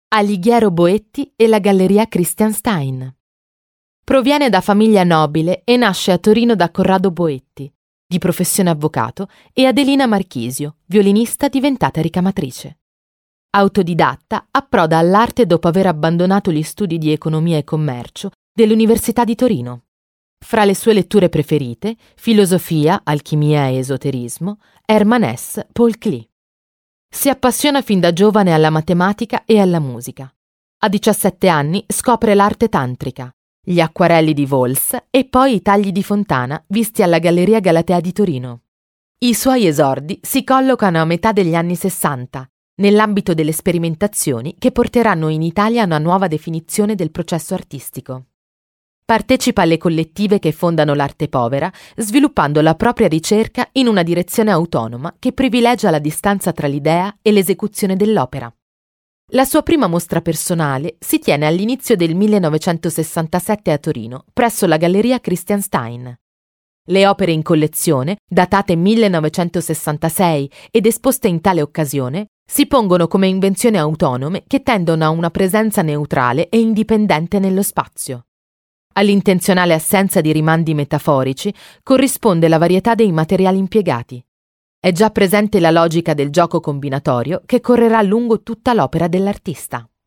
Alighiero Boetti e la Galleria Christian Stein. Proviene da famiglia nobile e nasce a Torino da Corrado Boetti, di professione avvocato, e Adelina Marchisio, violinista diventata ricamatrice. Autodidatta, approda all'arte dopo aver abbandonato gli studi di economia e commercio dell'Università di Torino. Fra le sue letture preferite, filosofia, alchimia e esoterismo, Hermann Hesse, Paul Klee. Si appassiona fin da giovane alla matematica e alla musica. A 17 anni scopre l'arte tantrica, gli acquarelli di Vols e poi i tagli di Fontana visti alla Galleria Galatea di Torino. I suoi esordi si collocano a metà degli anni 60, nell'ambito delle sperimentazioni che porteranno in Italia a una nuova definizione del processo artistico. Partecipa alle collettive che fondano l'arte povera, sviluppando la propria ricerca in una direzione autonoma che privilegia la distanza tra l'idea e l'esecuzione dell'opera. La sua prima mostra personale si tiene all'inizio del 1967 a Torino, presso la Galleria Christian Stein. Le opere in collezione, datate 1966 ed esposte in tale occasione, si pongono come invenzioni autonome che tendono a una presenza neutrale e indipendente nello spazio. All'intenzionale assenza di rimandi metaforici corrisponde la varietà dei materiali impiegati. È già presente la logica del gioco combinatorio che correrà lungo tutta l'opera dell'artista.